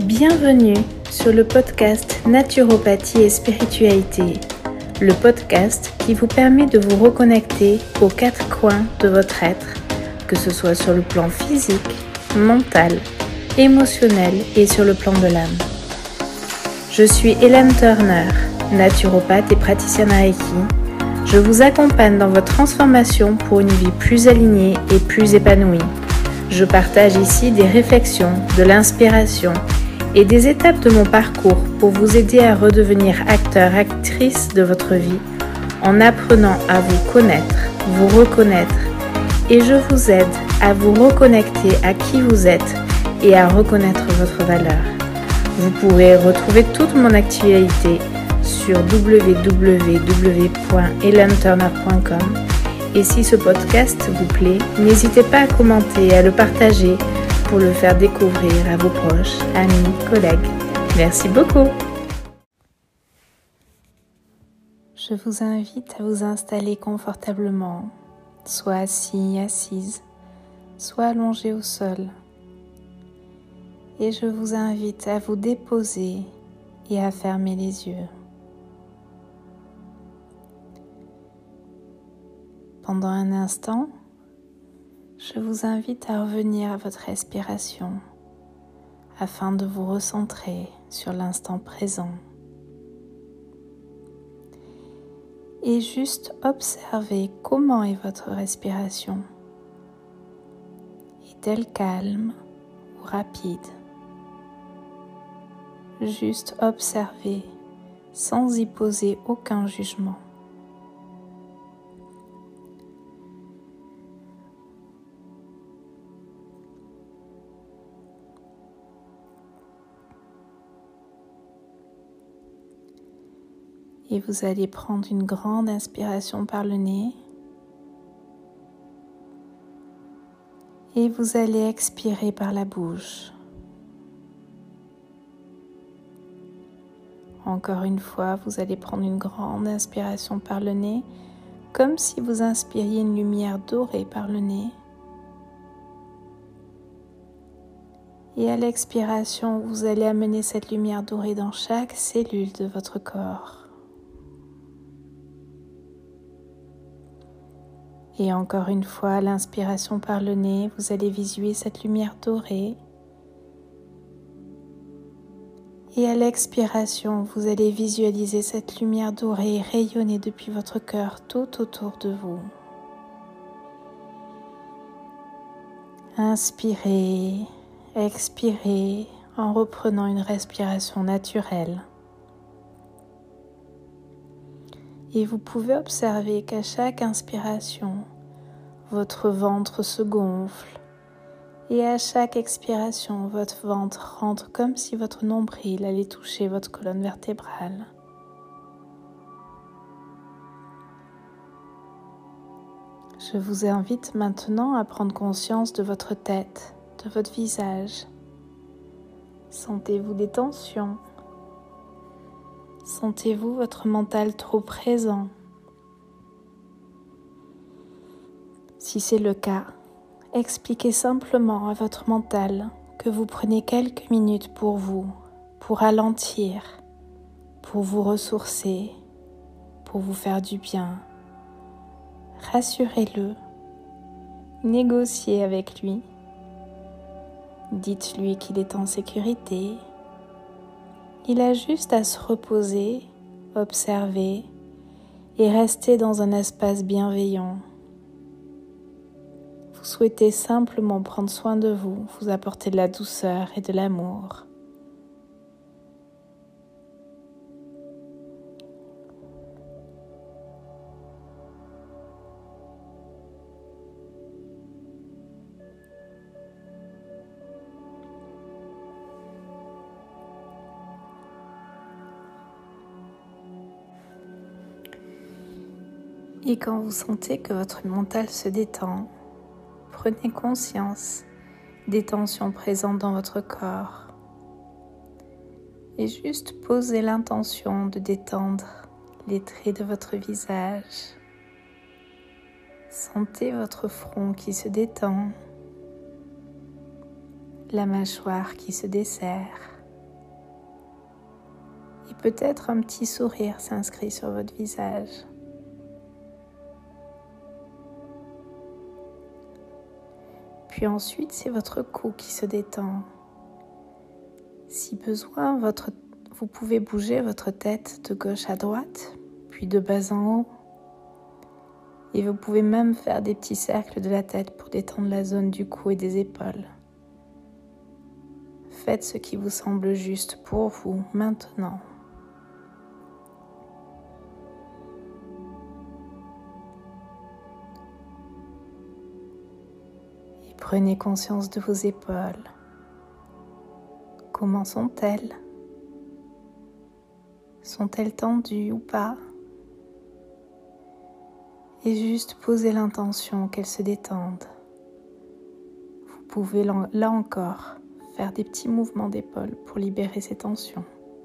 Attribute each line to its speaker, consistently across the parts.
Speaker 1: Bienvenue sur le podcast Naturopathie et Spiritualité, le podcast qui vous permet de vous reconnecter aux quatre coins de votre être, que ce soit sur le plan physique, mental, émotionnel et sur le plan de l'âme. Je suis Hélène Turner, naturopathe et praticienne Reiki. Je vous accompagne dans votre transformation pour une vie plus alignée et plus épanouie. Je partage ici des réflexions, de l'inspiration et des étapes de mon parcours pour vous aider à redevenir acteur, actrice de votre vie en apprenant à vous connaître, vous reconnaître et je vous aide à vous reconnecter à qui vous êtes et à reconnaître votre valeur. Vous pourrez retrouver toute mon actualité sur www.helenturner.com et si ce podcast vous plaît, n'hésitez pas à commenter et à le partager pour le faire découvrir à vos proches, amis, collègues. Merci beaucoup. Je vous invite à vous installer confortablement, soit assis, assise, soit allongé au sol. Et je vous invite à vous déposer et à fermer les yeux. Pendant un instant, je vous invite à revenir à votre respiration afin de vous recentrer sur l'instant présent. Et juste observer comment est votre respiration. Est-elle calme ou rapide? Juste observer sans y poser aucun jugement. Et vous allez prendre une grande inspiration par le nez. Et vous allez expirer par la bouche. Encore une fois, vous allez prendre une grande inspiration par le nez, comme si vous inspiriez une lumière dorée par le nez. Et à l'expiration, vous allez amener cette lumière dorée dans chaque cellule de votre corps. Et encore une fois, à l'inspiration par le nez, vous allez visualiser cette lumière dorée. Et à l'expiration, vous allez visualiser cette lumière dorée rayonner depuis votre cœur tout autour de vous. Inspirez, expirez en reprenant une respiration naturelle. Et vous pouvez observer qu'à chaque inspiration, votre ventre se gonfle et à chaque expiration, votre ventre rentre comme si votre nombril allait toucher votre colonne vertébrale. Je vous invite maintenant à prendre conscience de votre tête, de votre visage. Sentez-vous des tensions? Sentez-vous votre mental trop présent? Si c'est le cas, expliquez simplement à votre mental que vous prenez quelques minutes pour vous, pour ralentir, pour vous ressourcer, pour vous faire du bien. Rassurez-le, négociez avec lui, dites-lui qu'il est en sécurité. Il a juste à se reposer, observer et rester dans un espace bienveillant. Vous souhaitez simplement prendre soin de vous, vous apporter de la douceur et de l'amour. Et quand vous sentez que votre mental se détend, prenez conscience des tensions présentes dans votre corps et juste posez l'intention de détendre les traits de votre visage. Sentez votre front qui se détend, la mâchoire qui se desserre. peut-être un petit sourire s'inscrit sur votre visage. Puis ensuite, c'est votre cou qui se détend. Si besoin, vous pouvez bouger votre tête de gauche à droite, puis de bas en haut. Et vous pouvez même faire des petits cercles de la tête pour détendre la zone du cou et des épaules. Faites ce qui vous semble juste pour vous maintenant. Et prenez conscience de vos épaules. Comment sont-elles? Sont-elles tendues ou pas? Et juste posez l'intention qu'elles se détendent. Vous pouvez là encore faire des petits mouvements d'épaule pour libérer ces tensions.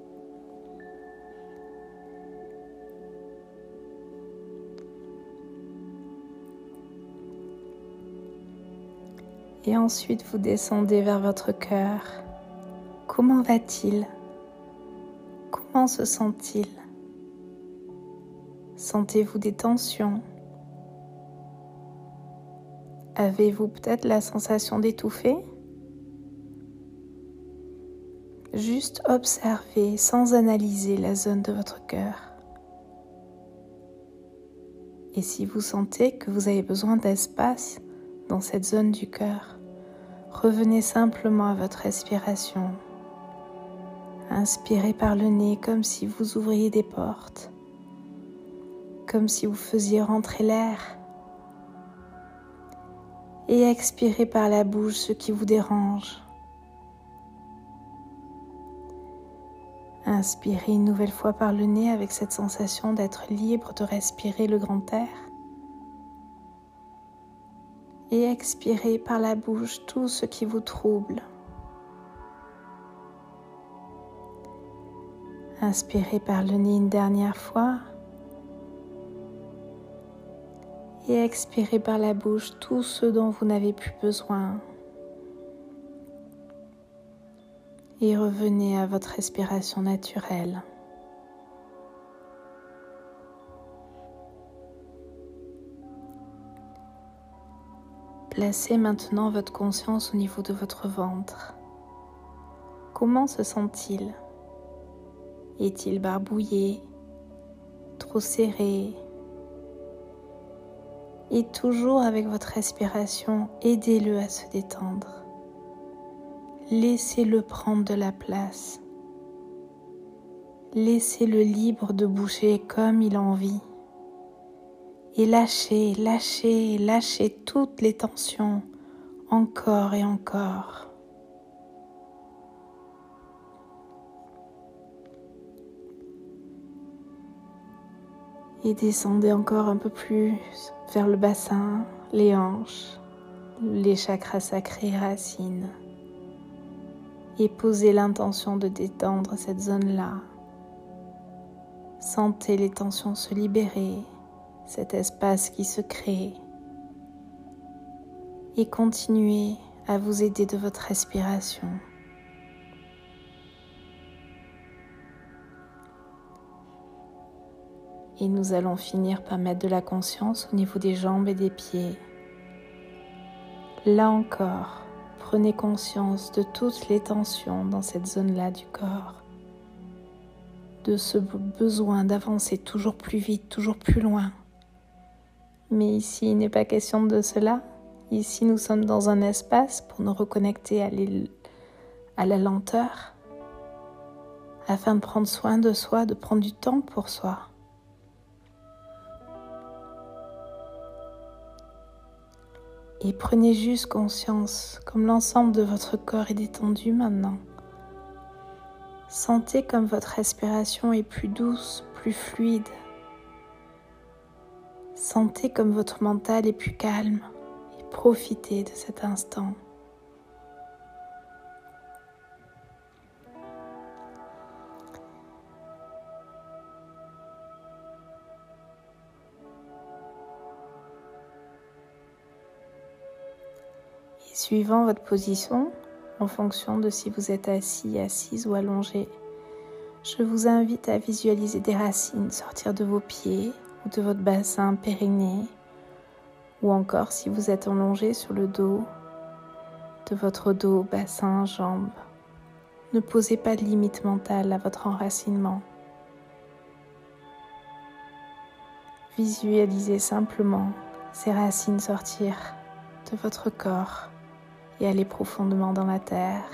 Speaker 1: Et ensuite vous descendez vers votre cœur. Comment va-t-il? Comment se sent-il? Sentez-vous des tensions? Avez-vous peut-être la sensation d'étouffer? Juste observez sans analyser la zone de votre cœur. Et si vous sentez que vous avez besoin d'espace dans cette zone du cœur, revenez simplement à votre respiration. Inspirez par le nez comme si vous ouvriez des portes, comme si vous faisiez rentrer l'air. Et expirez par la bouche ce qui vous dérange. Inspirez une nouvelle fois par le nez avec cette sensation d'être libre de respirer le grand air. Et expirez par la bouche tout ce qui vous trouble. Inspirez par le nez une dernière fois. Et expirez par la bouche tout ce dont vous n'avez plus besoin. Et revenez à votre respiration naturelle. Placez maintenant votre conscience au niveau de votre ventre. Comment se sent-il? Est-il barbouillé? Trop serré? Et toujours avec votre respiration, aidez-le à se détendre. Laissez-le prendre de la place. Laissez-le libre de bouger comme il a envie. Et lâchez, lâchez, lâchez toutes les tensions, encore et encore. Et descendez encore un peu plus vers le bassin, les hanches, les chakras sacrés et racines. Et posez l'intention de détendre cette zone-là. Sentez les tensions se libérer, cet espace qui se crée. Et continuez à vous aider de votre respiration. Et nous allons finir par mettre de la conscience au niveau des jambes et des pieds. Là encore, prenez conscience de toutes les tensions dans cette zone-là du corps, de ce besoin d'avancer toujours plus vite, toujours plus loin. Mais ici, il n'est pas question de cela. Ici, nous sommes dans un espace pour nous reconnecter à la lenteur, afin de prendre soin de soi, de prendre du temps pour soi. Et prenez juste conscience, comme l'ensemble de votre corps est détendu maintenant. Sentez comme votre respiration est plus douce, plus fluide. Sentez comme votre mental est plus calme et profitez de cet instant. Et suivant votre position, en fonction de si vous êtes assis, assise ou allongé, Je vous invite à visualiser des racines sortir de vos pieds ou de votre bassin périnée, ou encore si vous êtes allongé sur le dos, de votre dos, bassin, jambes. Ne posez pas de limite mentale à votre enracinement. Visualisez simplement ces racines sortir de votre corps et aller profondément dans la terre.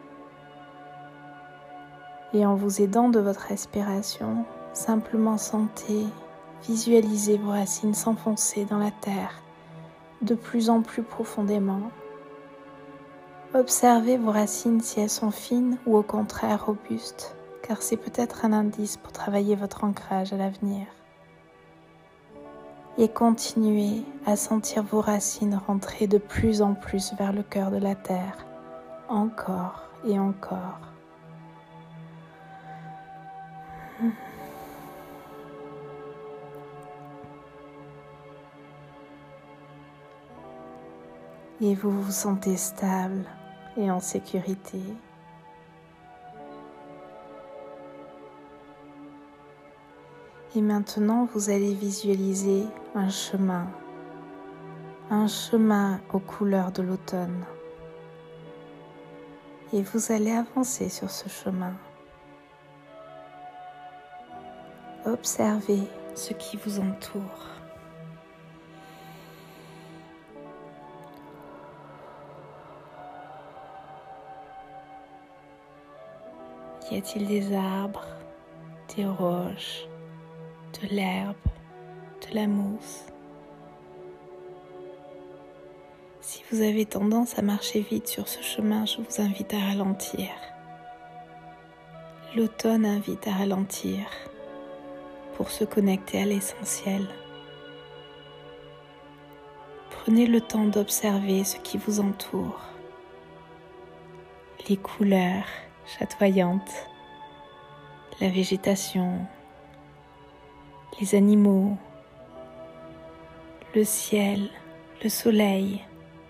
Speaker 1: Et en vous aidant de votre respiration, simplement sentez, visualisez vos racines s'enfoncer dans la terre de plus en plus profondément. Observez vos racines si elles sont fines ou au contraire robustes, car c'est peut-être un indice pour travailler votre ancrage à l'avenir. Et continuez à sentir vos racines rentrer de plus en plus vers le cœur de la terre, encore et encore. Et vous vous sentez stable et en sécurité. Et maintenant, vous allez visualiser un chemin aux couleurs de l'automne. Et vous allez avancer sur ce chemin. Observez ce qui vous entoure. Y a-t-il des arbres, des roches, de l'herbe, de la mousse? Si vous avez tendance à marcher vite sur ce chemin, je vous invite à ralentir. L'automne invite à ralentir pour se connecter à l'essentiel. Prenez le temps d'observer ce qui vous entoure, les couleurs chatoyantes, la végétation, les animaux, le ciel, le soleil.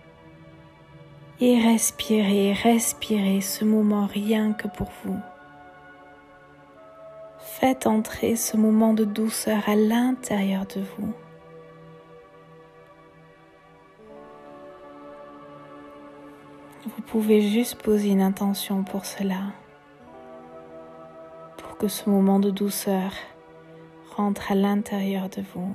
Speaker 1: Et respirez ce moment rien que pour vous. Faites entrer ce moment de douceur à l'intérieur de vous. Vous pouvez juste poser une intention pour cela, pour que ce moment de douceur rentre à l'intérieur de vous.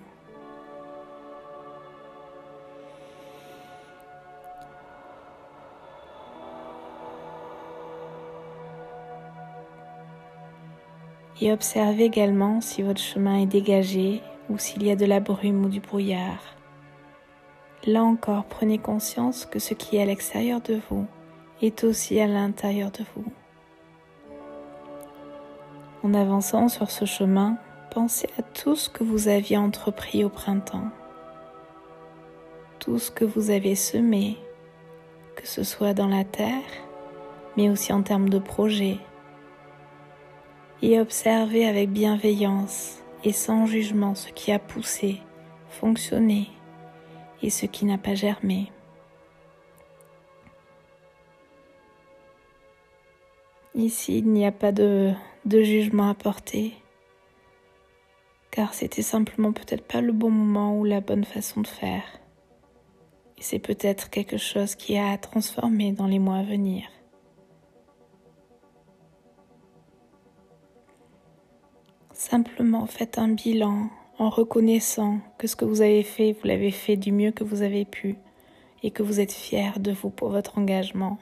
Speaker 1: Et observez également si votre chemin est dégagé ou s'il y a de la brume ou du brouillard. Là encore, prenez conscience que ce qui est à l'extérieur de vous est aussi à l'intérieur de vous. En avançant sur ce chemin, pensez à tout ce que vous aviez entrepris au printemps, tout ce que vous avez semé, que ce soit dans la terre, mais aussi en termes de projets. Et observez avec bienveillance et sans jugement ce qui a poussé, fonctionné et ce qui n'a pas germé. Ici, il n'y a pas de jugement à porter, car c'était simplement peut-être pas le bon moment ou la bonne façon de faire. Et c'est peut-être quelque chose qui a à transformer dans les mois à venir. Simplement faites un bilan en reconnaissant que ce que vous avez fait, vous l'avez fait du mieux que vous avez pu et que vous êtes fiers de vous pour votre engagement.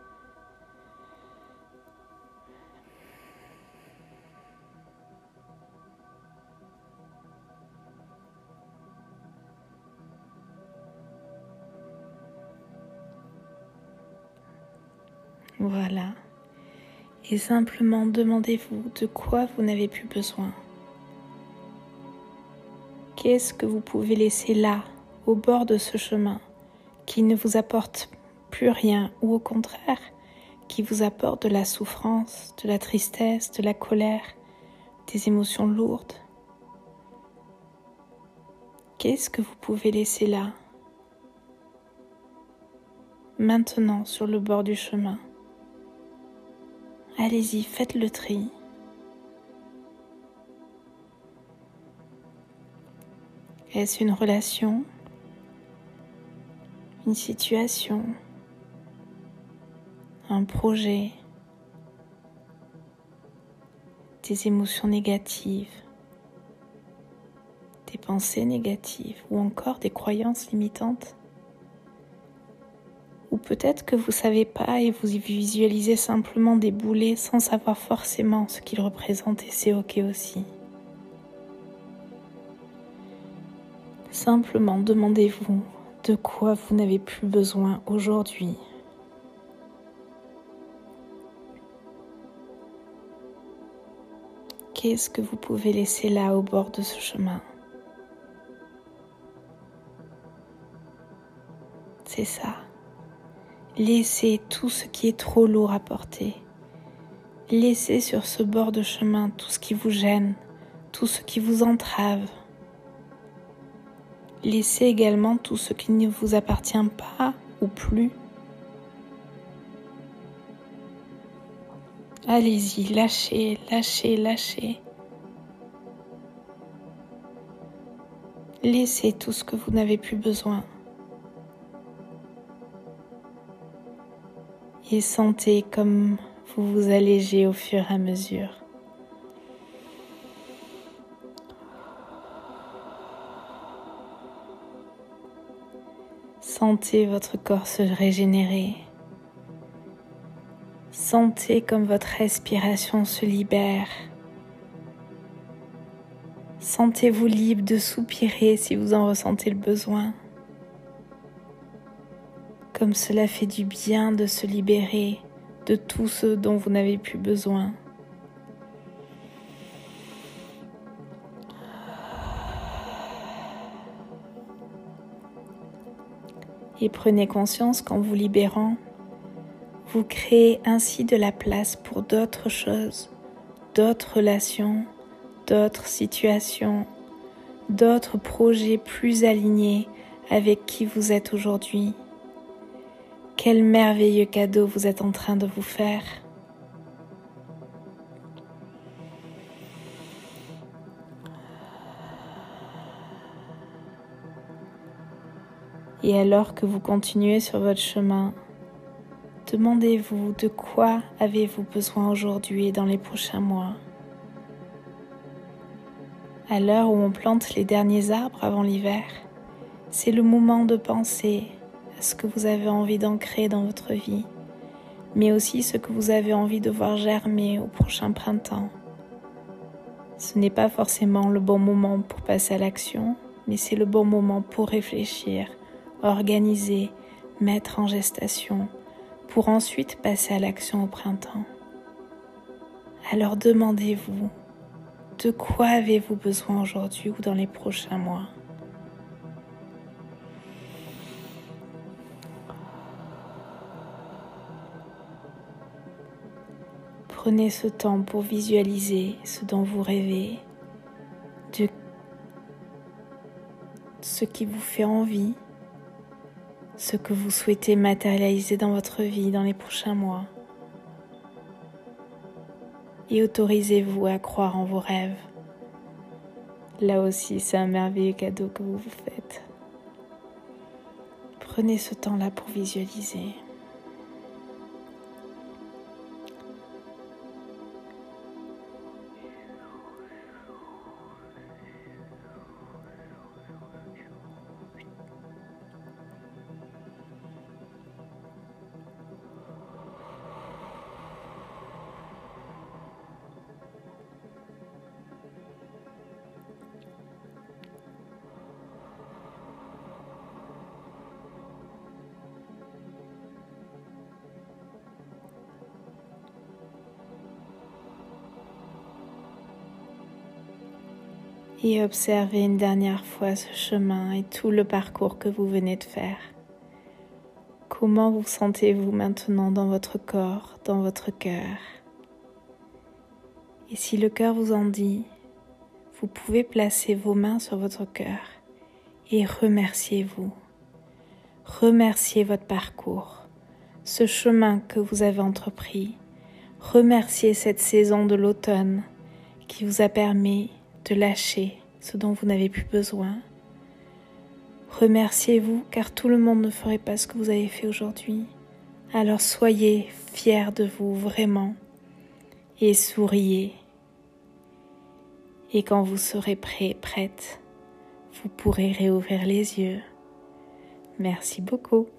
Speaker 1: Voilà. Et simplement demandez-vous de quoi vous n'avez plus besoin. Qu'est-ce que vous pouvez laisser là, au bord de ce chemin, qui ne vous apporte plus rien ou au contraire, qui vous apporte de la souffrance, de la tristesse, de la colère, des émotions lourdes? Qu'est-ce que vous pouvez laisser là, maintenant sur le bord du chemin? Allez-y, faites le tri. Est-ce une relation, une situation, un projet, des émotions négatives, des pensées négatives ou encore des croyances limitantes? Ou peut-être que vous ne savez pas et vous visualisez simplement des boulets sans savoir forcément ce qu'ils représentent et c'est ok aussi. Simplement demandez-vous de quoi vous n'avez plus besoin aujourd'hui. Qu'est-ce que vous pouvez laisser là au bord de ce chemin? C'est ça. Laissez tout ce qui est trop lourd à porter. Laissez sur ce bord de chemin tout ce qui vous gêne, tout ce qui vous entrave. Laissez également tout ce qui ne vous appartient pas ou plus. Allez-y, lâchez, lâchez, lâchez. Laissez tout ce que vous n'avez plus besoin. Et sentez comme vous vous allégez au fur et à mesure. Sentez votre corps se régénérer. Sentez comme votre respiration se libère. Sentez-vous libre de soupirer si vous en ressentez le besoin. Comme cela fait du bien de se libérer de tout ce dont vous n'avez plus besoin. Et prenez conscience qu'en vous libérant, vous créez ainsi de la place pour d'autres choses, d'autres relations, d'autres situations, d'autres projets plus alignés avec qui vous êtes aujourd'hui. Quel merveilleux cadeau vous êtes en train de vous faire. Et alors que vous continuez sur votre chemin, demandez-vous de quoi avez-vous besoin aujourd'hui et dans les prochains mois. À l'heure où on plante les derniers arbres avant l'hiver, c'est le moment de penser à ce que vous avez envie d'ancrer dans votre vie, mais aussi ce que vous avez envie de voir germer au prochain printemps. Ce n'est pas forcément le bon moment pour passer à l'action, mais c'est le bon moment pour réfléchir, organiser, mettre en gestation, pour ensuite passer à l'action au printemps. Alors demandez-vous, de quoi avez-vous besoin aujourd'hui ou dans les prochains mois ? Prenez ce temps pour visualiser ce dont vous rêvez, de ce qui vous fait envie, ce que vous souhaitez matérialiser dans votre vie dans les prochains mois. Et autorisez-vous à croire en vos rêves. Là aussi, c'est un merveilleux cadeau que vous vous faites. Prenez ce temps-là pour visualiser. Et observez une dernière fois ce chemin et tout le parcours que vous venez de faire. Comment vous sentez-vous maintenant dans votre corps, dans votre cœur? Et si le cœur vous en dit, vous pouvez placer vos mains sur votre cœur et remerciez-vous. Remerciez votre parcours, ce chemin que vous avez entrepris. Remerciez cette saison de l'automne qui vous a permis de lâcher ce dont vous n'avez plus besoin, Remerciez-vous car tout le monde ne ferait pas ce que vous avez fait aujourd'hui. Alors soyez fiers de vous vraiment et souriez. Et quand vous serez prêt, prête, vous pourrez réouvrir les yeux. Merci beaucoup.